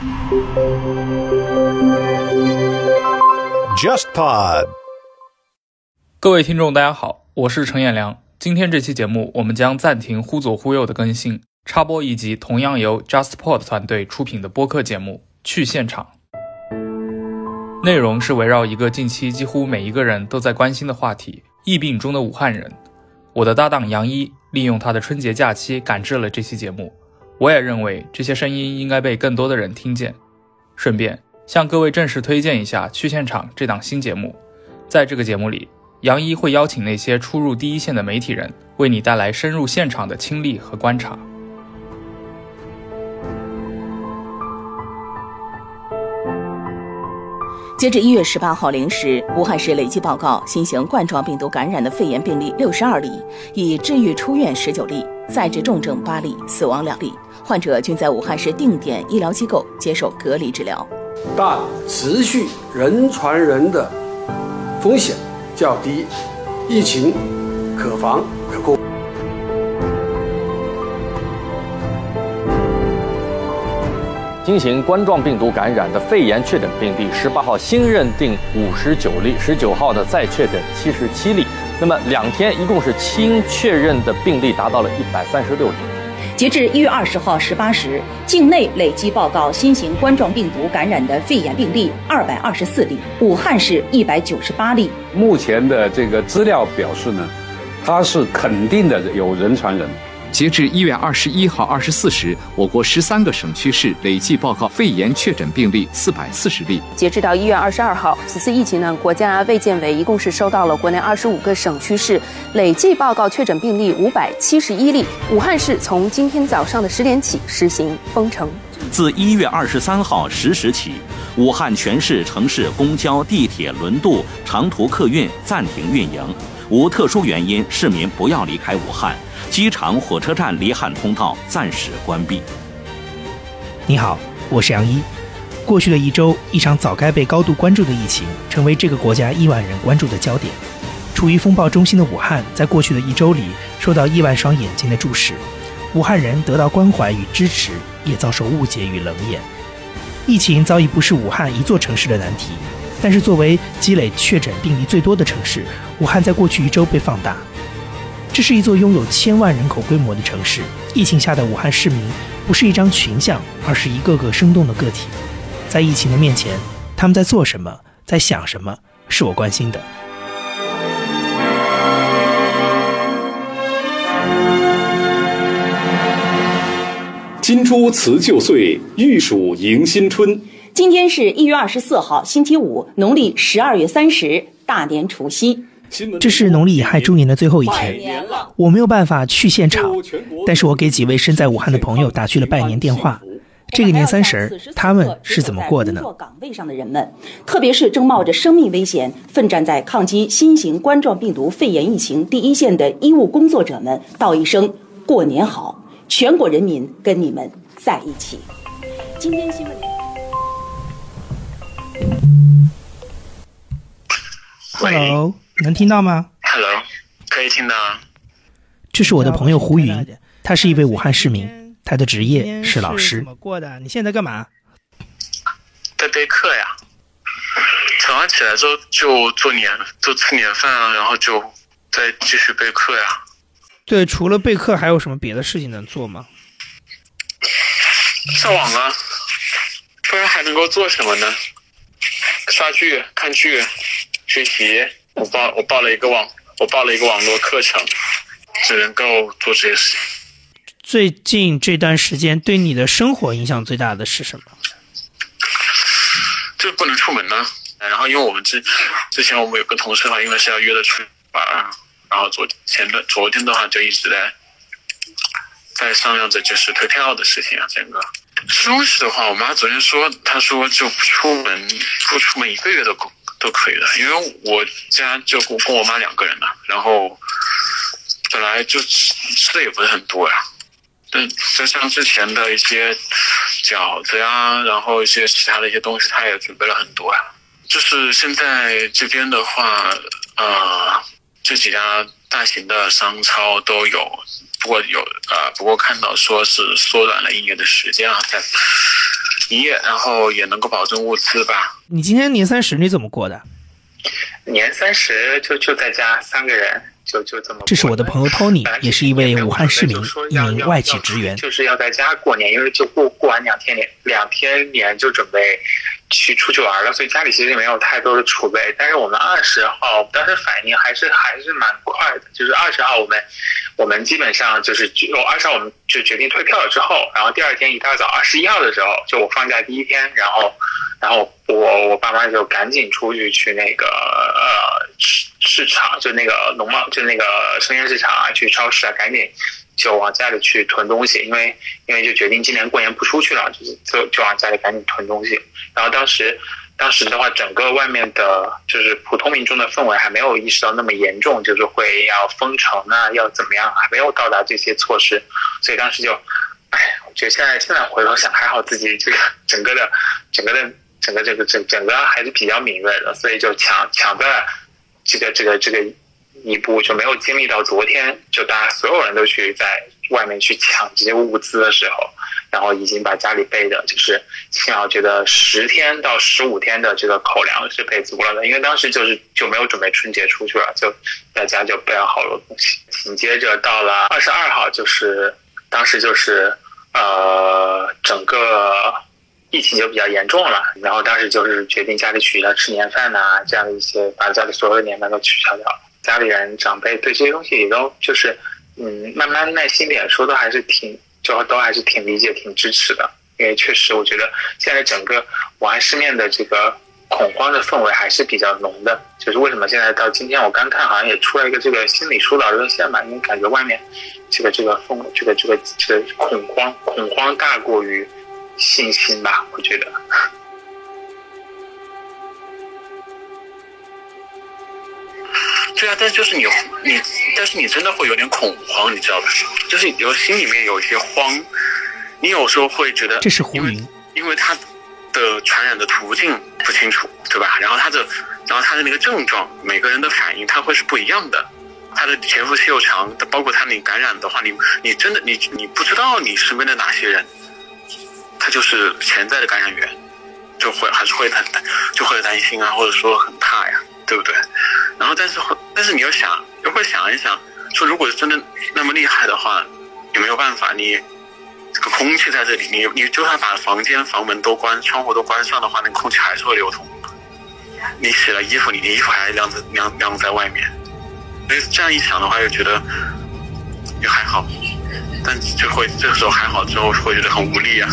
JustPod。 各位听众大家好，我是陈彦良。今天这期节目我们将暂停忽左忽右的更新，插播一集同样由 JustPod 团队出品的播客节目去现场。内容是围绕一个近期几乎每一个人都在关心的话题，疫病中的武汉人。我的搭档杨一利用他的春节假期赶制了这期节目，我也认为这些声音应该被更多的人听见。顺便向各位正式推荐一下去现场这档新节目。在这个节目里，杨一会邀请那些出入第一线的媒体人，为你带来深入现场的亲历和观察。 截至1月18号零时，武汉市累计报告新型冠状病毒感染的肺炎病例62例，已治愈出院19例，再治重症8例，死亡2例。患者均在武汉市定点医疗机构接受隔离治疗。 但持续人传人的风险较低，疫情可防可控。 新型冠状病毒感染的肺炎确诊病例18号新认定59例，19号呢再确诊77例。那么2天一共是新确认的病例达到了136例。 截至1月20号18时，境内累计报告新型冠状病毒感染的肺炎病例224例，武汉市198例。 目前的这个资料表示呢，它是肯定的有人传人。 截至1月21号24时，我国13个省区市累计报告肺炎确诊病例440例。 截至到1月22号，此次疫情呢，国家卫健委一共是收到了国内25个省区市累计报告确诊病例571例。武汉市从今天早上的10点起实行封城。 自1月23号10时起，武汉全市城市公交、地铁、轮渡、长途客运暂停运营，无特殊原因，市民不要离开武汉。机场、火车站离汉通道暂时关闭。 你好，我是杨一。过去的一周，一场早该被高度关注的疫情，成为这个国家亿万人关注的焦点。处于风暴中心的武汉，在过去的一周里，受到亿万双眼睛的注视。武汉人得到关怀与支持，也遭受误解与冷眼。疫情早已不是武汉一座城市的难题，但是作为积累确诊病例最多的城市，武汉在过去一周被放大。这是一座拥有1000万人口规模的城市，疫情下的武汉市民不是一张群像，而是一个个生动的个体。在疫情的面前，他们在做什么，在想什么，是我关心的。 金猪辞旧岁，玉鼠迎新春。 今天是1月24号星期五，农历12月30，大年除夕。 这是农历乙亥猪年的最后一天，我没有办法去现场，但是我给几位身在武汉的朋友打去了拜年电话。这个年30，他们是怎么过的呢？ 岗位上的人们，特别是正冒着生命危险奋战在抗击新型冠状病毒肺炎疫情第一线的医务工作者们，道一声过年好，全国人民跟你们在一起。今天新闻。 Hello， 能听到吗 ？Hello， 可以听到。 这是我的朋友胡云，他是一位武汉市民，他的职业是老师。怎么过的？你现在干嘛？ 在备课呀。早上起来之后就吃年饭，然后就再继续备课呀。 对，除了备课还有什么别的事情能做吗？ 上网啊，不然还能够做什么呢？刷剧、看剧。学习，我报了一个网络课程，只能够做这些事。 最近这段时间对你的生活影响最大的是什么？ 就不能出门呢。然后因为我们之前我们有个同事的话，因为是要约的出玩，然后昨天的话就一直在商量着就是退票的事情啊，整个。收拾的话，我妈昨天说，她说就不出门1个月都可以的，因为我家就跟我妈2个人了，然后本来就吃的也不是很多呀，就像之前的一些饺子呀，然后一些其他的一些东西，她也准备了很多呀。就是现在这边的话，这几家大型的商超都有，不过看到说是缩短了1年的时间啊， 营业，然后也能够保证物资吧。 你今天年30你怎么过的？ 年30就在家3个人，就这么过。 这是我的朋友 Tony， 也是一位武汉市民，一名外企职员。 就是要在家过年，因为就过完2天年就准备出去玩了，所以家里其实没有太多的储备。但是我们20号当时反应还是蛮快的，就是20号我们基本上就是20号我们就决定退票了之后，然后第二天一大早21号的时候，就我放假第一天，然后我爸妈就赶紧出去那个市场，就那个农贸，就那个生鲜市场啊，去超市啊，赶紧就往家里去囤东西，因为就决定今年过年不出去了，就往家里赶紧囤东西。然后当时的话，整个外面的就是普通民众的氛围还没有意识到那么严重，就是会要封城啊，要怎么样，还没有到达这些措施，所以当时就，我觉得现在回头想，还好自己这个整个还是比较敏锐的，所以就抢在了这个一步，就没有经历到昨天就大家所有人都去在外面去抢这些物资的时候，然后已经把家里备的就是起码我觉得10天到15天的这个口粮是备足了的，因为当时就没有准备春节出去了，就在家就备了好多东西。紧接着到了22号，就是当时就是整个疫情就比较严重了，然后当时就是决定家里取消吃年饭啊，这样的一些把家里所有的年饭都取消掉了。家里人长辈对这些东西也都就是慢慢耐心点说，都还是挺理解挺支持的。因为确实我觉得现在整个武汉市面的这个恐慌的氛围还是比较浓的，就是为什么现在到今天我刚看好像也出来一个这个心理疏导热线嘛，因为感觉外面这个氛围这个恐慌大过于信心吧，我觉得。对啊，但是就是但是你真的会有点恐慌，你知道吧？就是有心里面有一些慌，你有时候会觉得这是胡云， 因为他的传染的途径不清楚，对吧？然后他的那个症状，每个人的反应他会是不一样的，他的潜伏期又长，包括你感染的话，你真的你不知道你身边的哪些人，他就是潜在的感染源，还是会担心啊，或者说很怕呀，对不对？然后但是你又会想一想，说如果真的那么厉害的话，有没有办法？你这个空气在这里，你就算把房间房门都关，窗户都关上的话，那个空气还是会流通。你洗了衣服，你的衣服还晾在外面，所以这样一想的话，又觉得也还好，但这个时候还好之后会觉得很无力啊。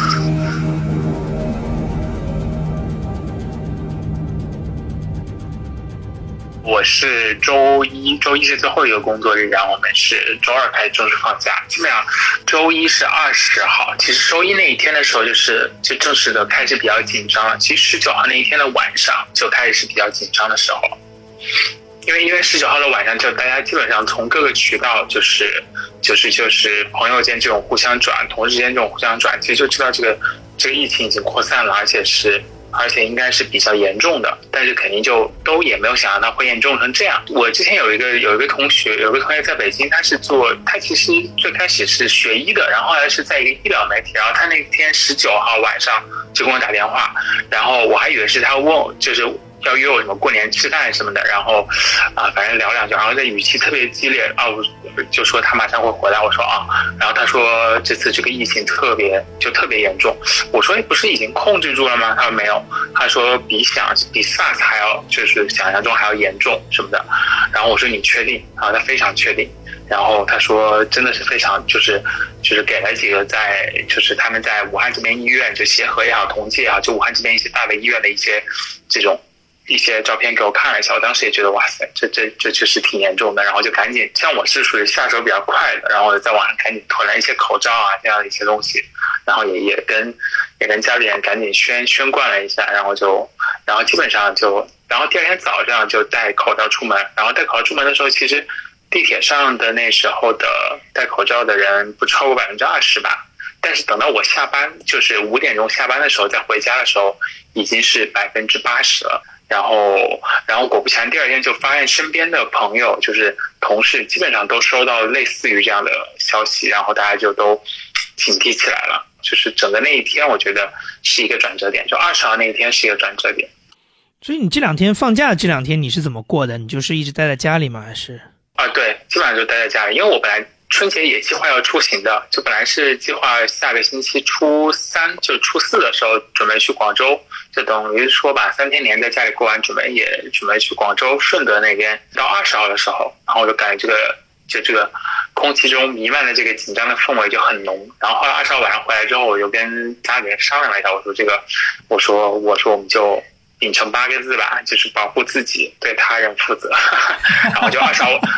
我是周一是最后一个工作日，然后我们是周2开始正式放假。基本上周一是20号，其实周一那一天的时候就正式的开始比较紧张了。其实19号那一天的晚上就开始是比较紧张的时候，因为19号的晚上就大家基本上从各个渠道就是朋友间这种互相转，同事间这种互相转，其实就知道这个疫情已经扩散了，而且应该是比较严重的，但是肯定就都也没有想到它会严重成这样。我之前有一个同学在北京，他其实最开始是学医的，然后后来是在一个医疗媒体，然后他那天19号晚上就跟我打电话，然后我还以为是他问我就是要约我什么过年吃饭什么的，然后反正聊两句，然后这语气特别激烈我就说他马上会回来，我说然后他说这次这个疫情特别严重，我说不是已经控制住了吗？他说没有，他说比 SARS 还要就是想象中还要严重什么的，然后我说你确定？然后他非常确定，然后他说真的是非常就是给了几个就是他们在武汉这边医院就协和也好同济也好，就武汉这边一些大的医院的一些这种一些照片给我看了一下，我当时也觉得哇塞，这确实挺严重的，然后就赶紧，像我是属于下手比较快的，然后在网上赶紧囤了一些口罩啊这样的一些东西，然后也跟家里人赶紧宣灌了一下，然后基本上然后第二天早上就戴口罩出门，然后戴口罩出门的时候，其实地铁上的那时候的戴口罩的人不超过20%吧。但是等到我下班，就是5点钟下班的时候，再回家的时候，已经是80%了。然后果不其然，第二天就发现身边的朋友，就是同事，基本上都收到类似于这样的消息，然后大家就都警惕起来了。 就是整个那一天我觉得是一个转折点，就20号那一天是一个转折点。 所以你这2天放假的这2天你是怎么过的？你就是一直待在家里吗？还是？ 对，基本上就待在家里，因为我本来春节也计划要出行的，就本来是计划下个星期初3就初4的时候准备去广州，就等于说把3天连在家里过完，准备去广州顺德那边。到20号的时候，然后我就感觉这个空气中弥漫的这个紧张的氛围就很浓。然后后来20号晚上回来之后，我就跟家里人商量了一下，我说我们就秉承8个字吧，就是保护自己，对他人负责。然后就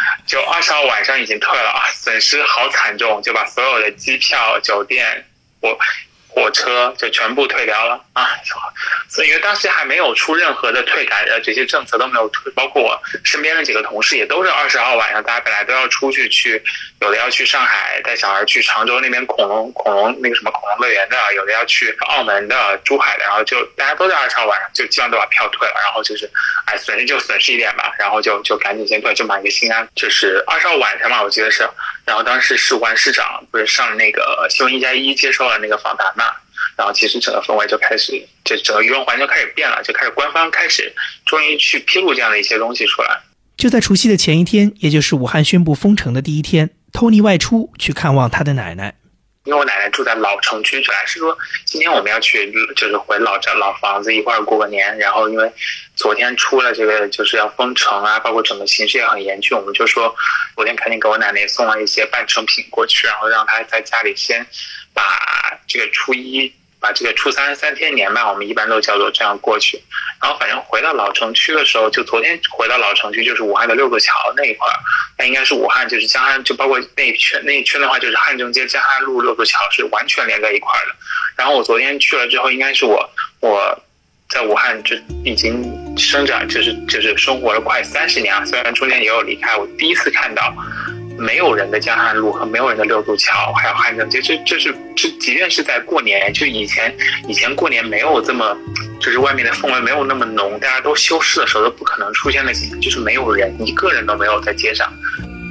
20号晚上已经退了啊，损失好惨重，就把所有的机票、酒店、火车就全部退掉了啊！所以因为当时还没有出任何的退改的这些政策都没有出，包括我身边的几个同事也都是20号晚上，大家本来都要出去，有的要去上海带小孩去常州那边恐龙那个什么恐龙乐园的，有的要去澳门的、珠海的，然后就大家都在20号晚上就基本上都把票退了，然后就是损失就损失一点吧，然后就赶紧先退，就买个心安。就是20号晚上嘛，我记得是，然后当时市务官市长不是上那个新闻1+1接受了那个访谈嘛。然后其实整个氛围就开始，就整个舆论环境开始变了，就开始官方开始终于去披露这样的一些东西出来。 就在除夕的前一天，也就是武汉宣布封城的第一天，托尼外出去看望他的奶奶。 因为我奶奶住在老城区，本来是说今天我们要去，就是回老房子一块儿过个年。然后因为昨天出了这个就是要封城啊，包括整个形势也很严峻，我们就说昨天赶紧给我奶奶送了一些半成品过去，然后让她在家里先把这个初1。把这个初3 3天年吧，我们一般都叫做这样过去。然后反正回到老城区的时候，就昨天回到老城区，就是武汉的6座桥那一块，那应该是武汉就是江汉，就包括那一圈的话，就是汉正街、江汉路6座桥是完全连在一块的。然后我昨天去了之后，应该是我在武汉就已经生长，就是生活了快30年啊，虽然中间也有离开，我第一次看到没有人的江汉路和没有人的6座桥，还有汉正街，这即便是在过年，就以前过年没有这么，就是外面的氛围没有那么浓，大家都休市的时候都不可能出现的景，就是没有人，一个人都没有在街上。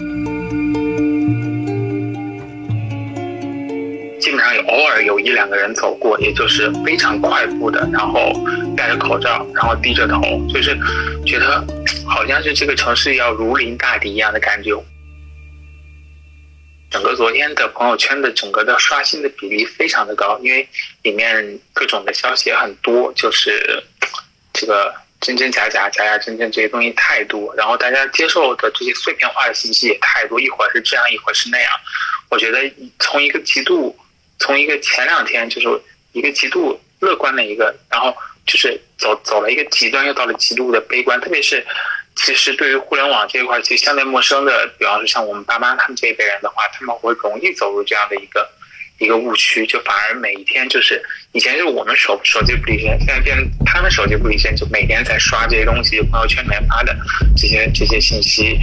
基本上偶尔有1-2个人走过，也就是非常快步的，然后戴着口罩，然后低着头，就是觉得好像是这个城市要如临大敌一样的感觉。整个昨天的朋友圈的整个的刷新的比例非常的高，因为里面各种的消息也很多，就是这个真真假假、假假真真这些东西太多，然后大家接受的这些碎片化的信息也太多，一会儿是这样，一会儿是那样。我觉得从一个前2天就是一个极度乐观的一个，然后就是走了一个极端，又到了极度的悲观，特别是。其实对于互联网这一块，其实相对陌生的，比方说像我们爸妈他们这一辈人的话，他们会容易走入这样的一个误区，就反而每一天就是以前是我们手机不离身，现在变成他们手机不离身，就每天在刷这些东西，朋友圈里面发的这些信息。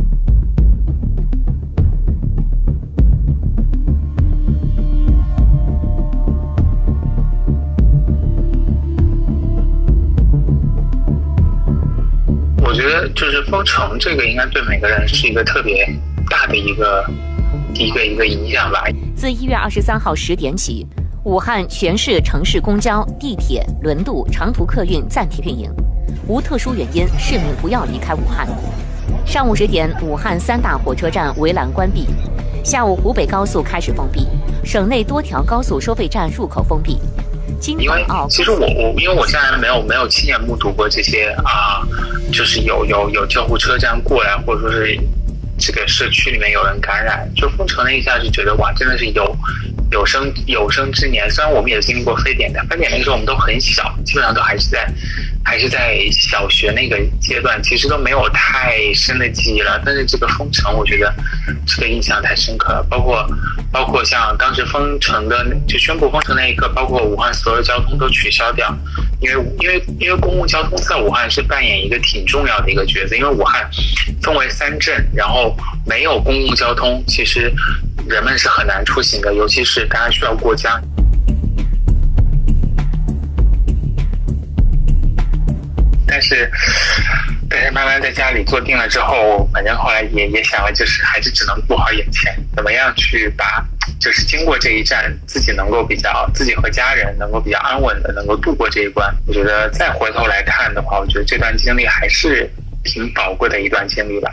我觉得就是封城这个应该对每个人是一个特别大的一个影响吧。 自1月23号10点起，武汉全市城市公交、地铁、轮渡、长途客运暂停运营，无特殊原因，市民不要离开武汉。上午10点，武汉3大火车站围栏关闭；下午，湖北高速开始封闭，省内多条高速收费站入口封闭。 因为其实因为我现在没有亲眼目睹过这些就是有救护车这样过来，或者说是这个社区里面有人感染，就封城了一下，就觉得哇，真的是有生之年。虽然我们也经历过非典的，非典那个时候我们都很小，基本上都还是在小学那个阶段，其实都没有太深的记忆了。但是这个封城，我觉得这个印象太深刻了。包括像当时封城的，就宣布封城那一刻，包括武汉所有交通都取消掉，因为公共交通在武汉是扮演一个挺重要的一个角色。因为武汉分为3镇，然后没有公共交通，其实人们是很难出行的，尤其是大家需要过江。但但是慢慢在家里坐定了之后，反正后来也想了，就是还是只能顾好眼前，怎么样去把就是经过这一站，自己和家人能够比较安稳的能够度过这一关。我觉得再回头来看的话，我觉得这段经历还是挺宝贵的一段经历吧。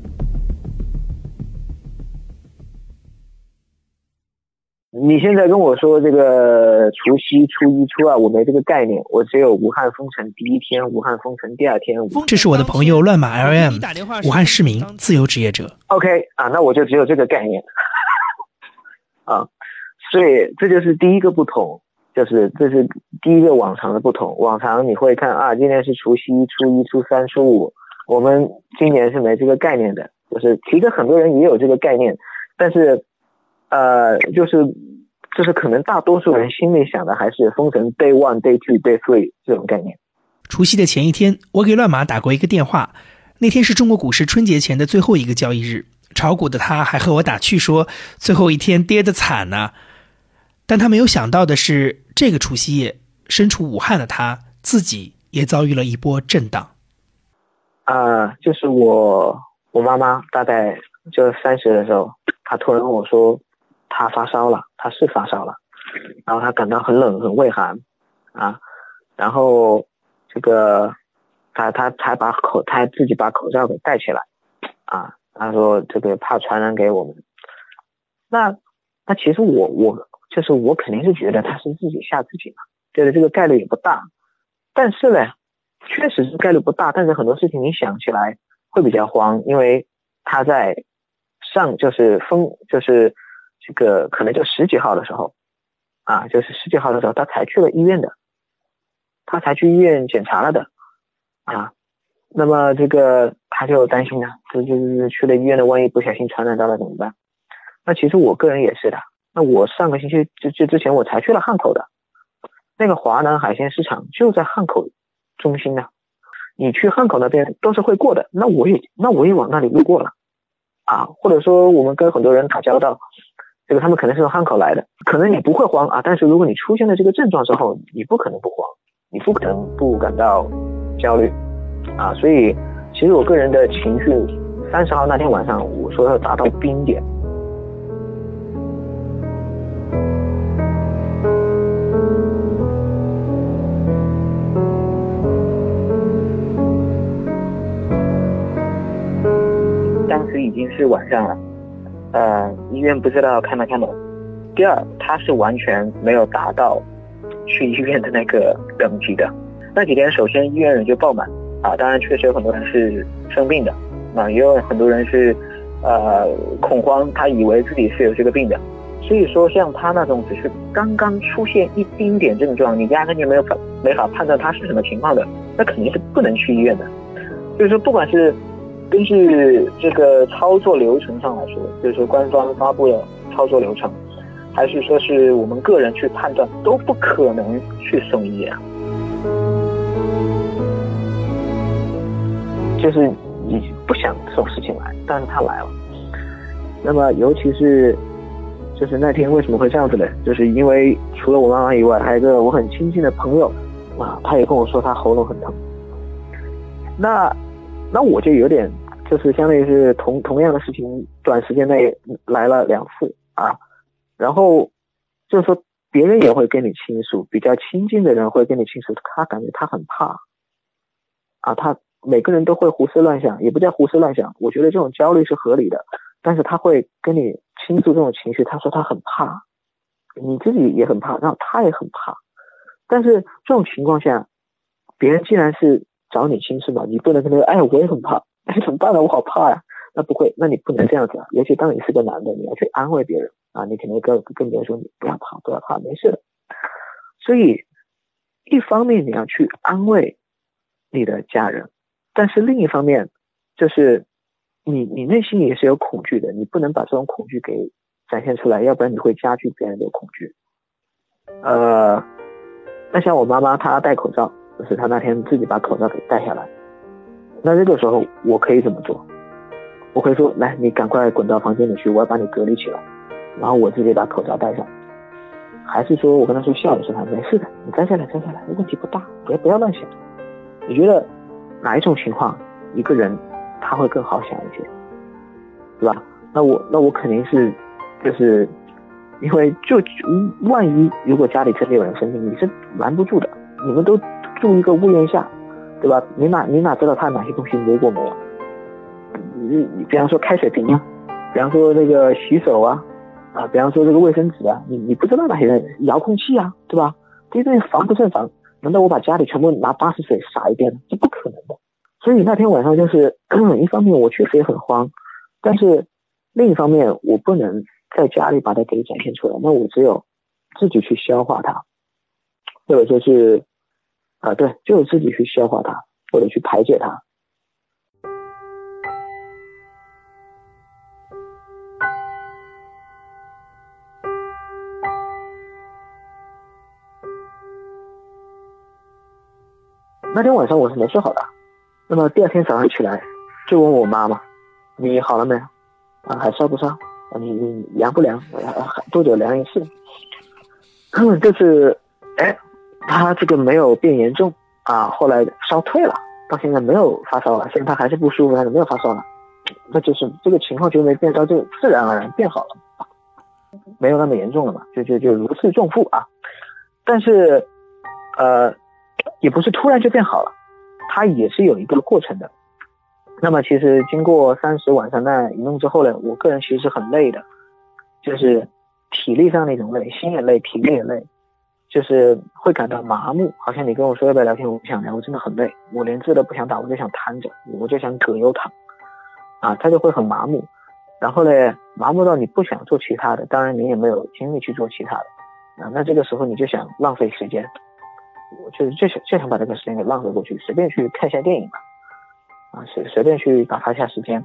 你现在跟我说这个除夕、初一、初二，我没这个概念，我只有武汉封城第一天、武汉封城第二天。 这是我的朋友乱码 LM， 武汉市民，自由职业者。 OK 啊，那我就只有这个概念啊，所以这就是第一个不同，这是第一个往常的不同。往常你会看啊，今年是除夕、初一、初三、初五，我们今年是没这个概念的，就是其实很多人也有这个概念，但是就是可能大多数人心里想的还是封城 Day 1 Day 2 Day 3这种概念。 除夕的前一天，我给乱码打过一个电话，那天是中国股市春节前的最后一个交易日，炒股的他还和我打趣说最后一天跌得惨呢。但他没有想到的是，这个除夕夜身处武汉的他自己也遭遇了一波震荡。 就是我妈妈大概就30的时候，她突然跟我说她发烧了，她是发烧了，然后她感到很冷很畏寒啊，然后这个她自己把口罩给戴起来啊，她说这个怕传染给我们。那其实我肯定是觉得她是自己吓自己嘛，觉得这个概率也不大，但是呢确实是概率不大，但是很多事情你想起来会比较慌，因为她在就是这个可能就10几号的时候啊，就是10几号的时候他才去了医院的，他才去医院检查了的啊。那么这个他就担心呢，就是去了医院的，万一不小心传染到了怎么办？那其实我个人也是的，那我上个星期之前我才去了汉口的，那个华南海鲜市场就在汉口中心的，你去汉口那边都是会过的，那我也往那里路过了啊，或者说我们跟很多人打交道，这个他们可能是从汉口来的，可能你不会慌啊，但是如果你出现了这个症状之后，你不可能不慌，你不可能不感到焦虑啊。所以其实我个人的情绪30号那天晚上我说要达到冰点。当时已经是晚上了，医院不知道开没开门。第二，他是完全没有达到去医院的那个等级的。那几天，首先医院人就爆满啊，当然确实有很多人是生病的，啊，也有很多人是恐慌，他以为自己是有这个病的。所以说，像他那种只是刚刚出现一丁点症状，你压根就没法判断他是什么情况的，那肯定是不能去医院的。所以说，不管是根据这个操作流程上来说，就是说官方发布的操作流程，还是说是我们个人去判断，都不可能去送医院。就是你不想这种事情来，但是他来了。那么尤其是就是那天为什么会这样子呢？就是因为除了我妈妈以外，还有一个我很亲近的朋友啊，他也跟我说他喉咙很疼。那我就有点就是相当于是同样的事情短时间内来了2次啊，然后就是说别人也会跟你倾诉，比较亲近的人会跟你倾诉，他感觉他很怕啊，他每个人都会胡思乱想，也不叫胡思乱想，我觉得这种焦虑是合理的，但是他会跟你倾诉这种情绪，他说他很怕，你自己也很怕，然后他也很怕，但是这种情况下，别人既然是找你倾诉嘛，你不能跟他说，哎，我也很怕，哎，怎么办呢？我好怕呀。那不会，那你不能这样子啊。尤其当你是个男的，你要去安慰别人啊，你肯定跟别人说，你不要怕，不要怕，没事的。所以，一方面你要去安慰你的家人，但是另一方面，就是你内心也是有恐惧的，你不能把这种恐惧给展现出来，要不然你会加剧别人的恐惧。那像我妈妈，她戴口罩。就是他那天自己把口罩给戴下来，那这个时候我可以怎么做？我可以说，来，你赶快滚到房间里去，我要把你隔离起来，然后我自己把口罩戴上。还是说我跟他说笑的时候，没事的，你摘下来，问题不大，不要乱想。你觉得哪一种情况一个人他会更好想一些，对吧？那我肯定是就是因为就万一如果家里真的有人生病，你是拦不住的，你们都住一个屋檐下，对吧？你哪知道他哪些东西摸过没有？你比方说开水瓶啊，比方说那个洗手啊，比方说这个卫生纸啊，你不知道哪些人，遥控器啊，对吧？这些东西防不胜防，难道我把家里全部拿80水洒一遍呢？这不可能的。所以那天晚上就是一方面我确实也很慌，但是另一方面我不能在家里把它给展现出来，那我只有自己去消化它，或者说是对，只有自己去消化它，或者去排解它。那天晚上我是没睡好的，那么第二天早上起来就问我妈妈，你好了没有？还烧不烧？你凉不凉？多久凉一次？就是他这个没有变严重后来烧退了，到现在没有发烧了，现在他还是不舒服，但是没有发烧了，那就是这个情况就没变烧，就自然而然变好了，没有那么严重了嘛，就如释重负啊。但是也不是突然就变好了，它也是有一个过程的。那么其实经过30晚上那一弄之后呢，我个人其实是很累的，就是体力上那种累，心也累，体力也累，就是会感到麻木，好像你跟我说要不要聊天，我不想聊，我真的很累，我连字都不想打，我就想瘫着，我就想葛优躺他就会很麻木，然后呢麻木到你不想做其他的，当然你也没有精力去做其他的那这个时候你就想浪费时间，我就想把这个时间给浪费过去，随便去看一下电影吧随便去打发一下时间。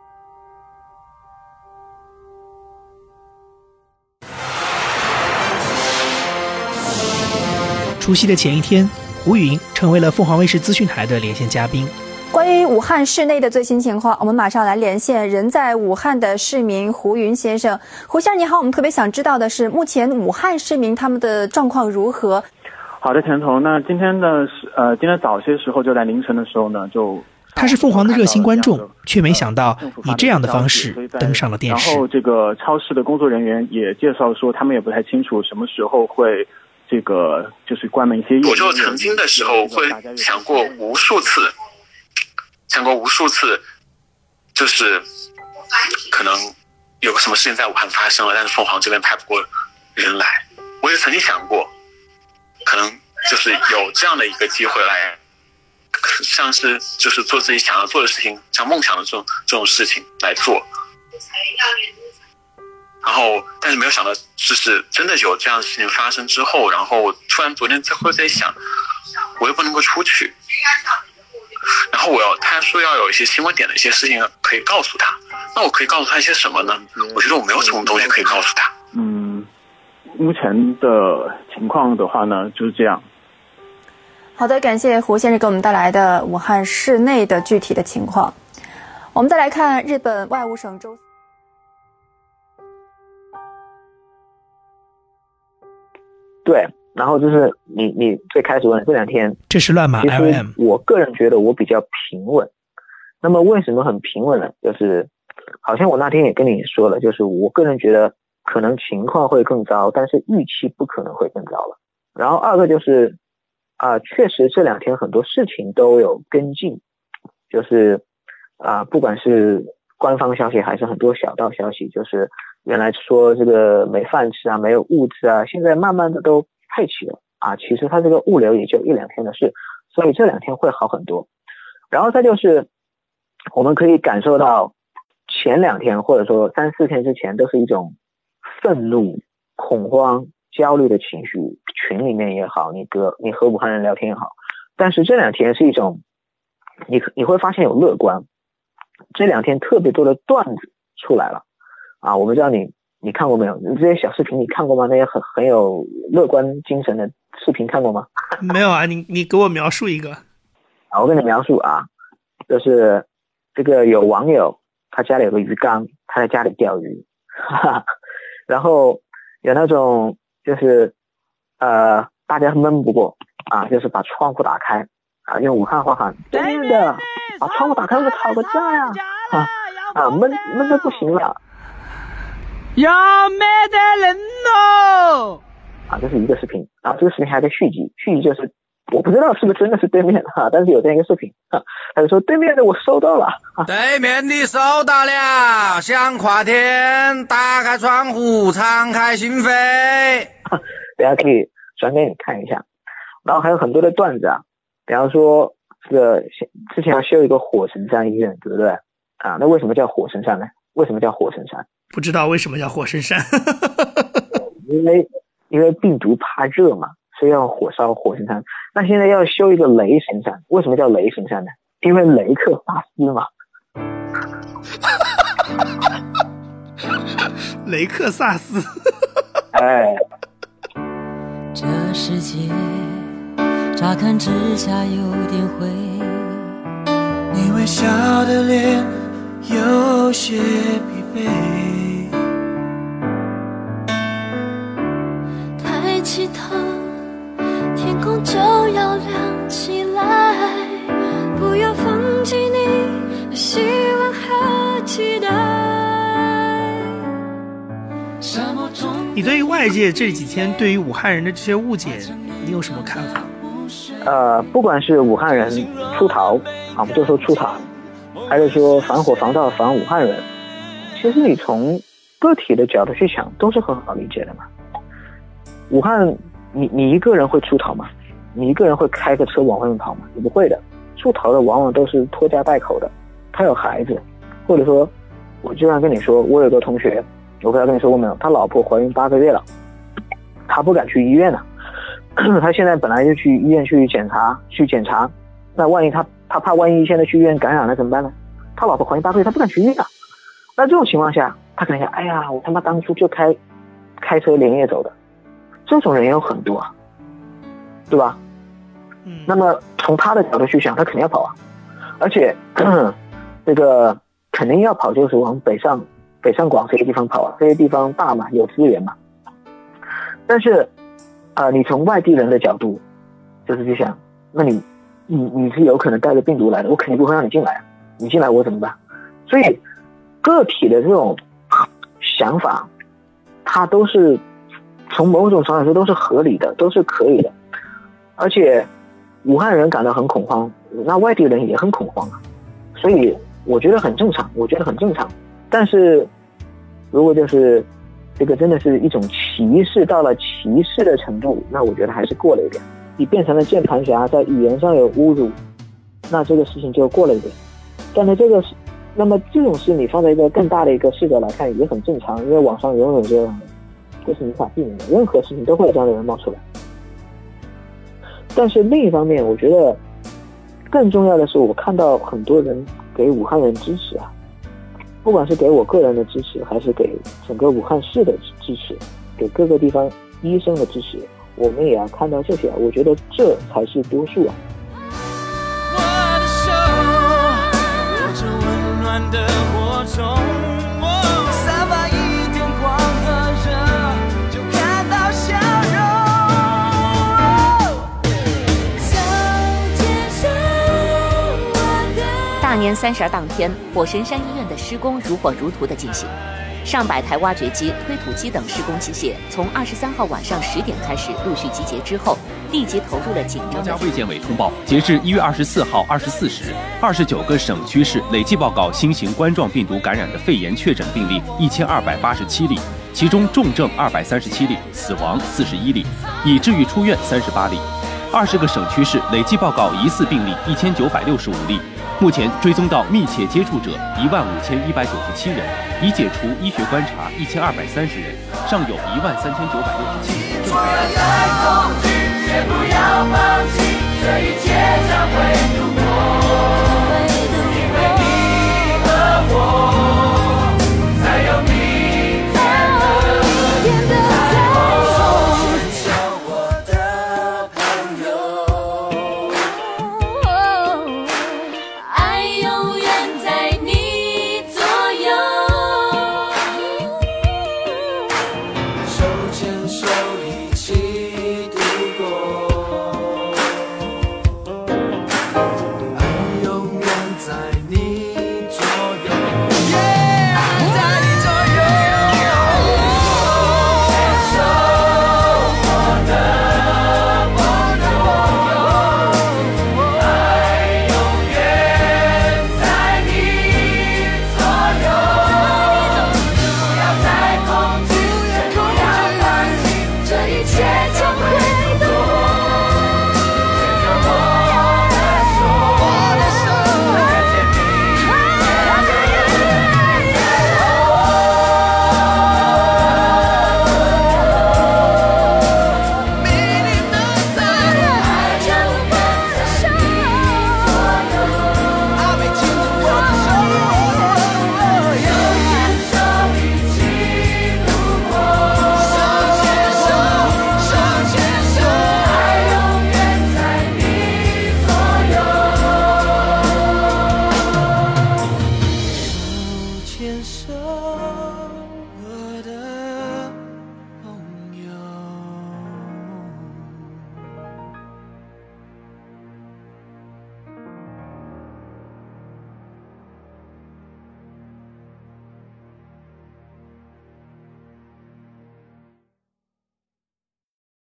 除夕的前一天，胡云成为了凤凰卫视资讯台的连线嘉宾。 关于武汉市内的最新情况，我们马上来连线人在武汉的市民胡云先生。胡先生你好，我们特别想知道的是，目前武汉市民他们的状况如何？ 好的，田彤。那今天早些时候，就在凌晨的时候呢， 他是凤凰的热心观众，却没想到以这样的方式登上了电视。 然后这个超市的工作人员也介绍说，他们也不太清楚什么时候会就是关门一些业务。 我就曾经的时候会想过无数次，就是可能有个什么事情在武汉发生了，但是凤凰这边派不过人来。我也曾经想过，可能就是有这样的一个机会来，像是就是做自己想要做的事情，像梦想的这种事情来做。然后但是没有想到，就是真的有这样的事情发生之后，然后我突然昨天会在想，我又不能够出去，然后他说要有一些新闻点的一些事情可以告诉他，那我可以告诉他一些什么呢？我觉得我没有什么东西可以告诉他。 目前的情况的话呢，就是这样。 好的，感谢胡先生给我们带来的武汉市内的具体的情况。我们再来看日本外务省周四。 对，然后就是你最开始问的这2天， 这是乱码 LM。 我个人觉得我比较平稳。那么为什么很平稳呢？就是好像我那天也跟你说了，就是我个人觉得可能情况会更糟，但是预期不可能会更糟了。然后2个就是确实这2天很多事情都有跟进，就是不管是官方消息还是很多小道消息，就是原来说这个没饭吃没有物资现在慢慢的都配齐了其实它这个物流也就1-2天的事，所以这2天会好很多。然后再就是我们可以感受到前2天或者说3-4天之前都是一种愤怒、恐慌、焦虑的情绪，群里面也好，你和武汉人聊天也好，但是这2天是一种你会发现有乐观，这2天特别多的段子出来了我不知道你看过没有，这些小视频你看过吗？那些很有乐观精神的视频看过吗？ 没有你给我描述一个我跟你描述就是这个有网友他家里有个鱼缸，他在家里钓鱼然后有那种就是大家闷不过就是把窗户打开用武汉话喊真的把窗户打开，我吵个架呀，闷得不行了， 要没得人喽！ 这是一个视频，然后这个视频还在续集就是我不知道是不是真的是对面的但是有这样一个视频他就说对面的我收到了对面的收到了，想跨天，打开窗户，敞开心扉。 大家可以转给你看一下。然后还有很多的段子比方说这个之前要修一个火神山医院，对不对那为什么叫火神山呢？为什么叫火神山？ 不知道为什么叫火神山因为病毒怕热嘛，所以要火烧火神山。那现在要修一个雷神山，为什么叫雷神山呢？因为雷克萨斯嘛。 雷克萨斯这世界乍看之下有点灰，你微笑的脸有些疲惫，抬起头，天空就要亮起来，不要放弃你的希望和期待。 你对于外界这几天对于武汉人的这些误解，你有什么看法？ 不管是武汉人出逃我们就说出逃，还是说防火防盗防武汉人，其实你从个体的角度去想都是很好理解的嘛。武汉你一个人会出逃吗？你一个人会开个车往外面跑吗？你不会的。出逃的往往都是拖家带口的，他有孩子，或者说我就像跟你说，我有个同学，我不知道跟你说过没有，他老婆怀孕8个月了，他不敢去医院了他现在本来就去医院去检查，那万一他怕万一现在去医院感染了怎么办呢？他老婆怀孕8个月，他不敢去医院了。那这种情况下，他可能想，哎呀，我他妈当初就开车连夜走的，这种人也有很多对吧？那么从他的角度去想，他肯定要跑而且这个肯定要跑，就是往北上广这些地方跑这些地方大嘛，有资源嘛。但是你从外地人的角度就是去想，那你是有可能带着病毒来的，我肯定不会让你进来你进来我怎么办？所以个体的这种想法，它都是从某种程度来说都是合理的，都是可以的。而且武汉人感到很恐慌，那外地人也很恐慌所以我觉得很正常，但是如果就是这个真的是一种歧视，到了歧视的程度，那我觉得还是过了一点。你变成了键盘侠，在语言上有侮辱，那这个事情就过了一点。但是那么这种事你放在一个更大的一个视角来看也很正常，因为网上永远这样的，这是无法避免的，任何事情都会有这样的人冒出来。但是另一方面，我觉得更重要的是，我看到很多人给武汉人支持不管是给我个人的支持，还是给整个武汉市的支持，给各个地方医生的支持，我们也要看到这些我觉得这才是多数我的手握着温暖的火种，散发一点光和热，就看到笑容。 大年30当天，火神山医院的施工如火如荼地进行，上百台挖掘机、推土机等施工机械从23号晚上10点开始陆续集结之后，立即投入了紧张的。 国家卫健委通报，截至1月24号24时，29个省区市累计报告新型冠状病毒感染的肺炎确诊病例1287例，其中重症237例，死亡41例，已治愈出院38例。20个省区市累计报告疑似病例1965例。目前追踪到密切接触者15197人，已解除医学观察1230人，尚有13967人。 不要再恐惧，也不要放弃，这一切将会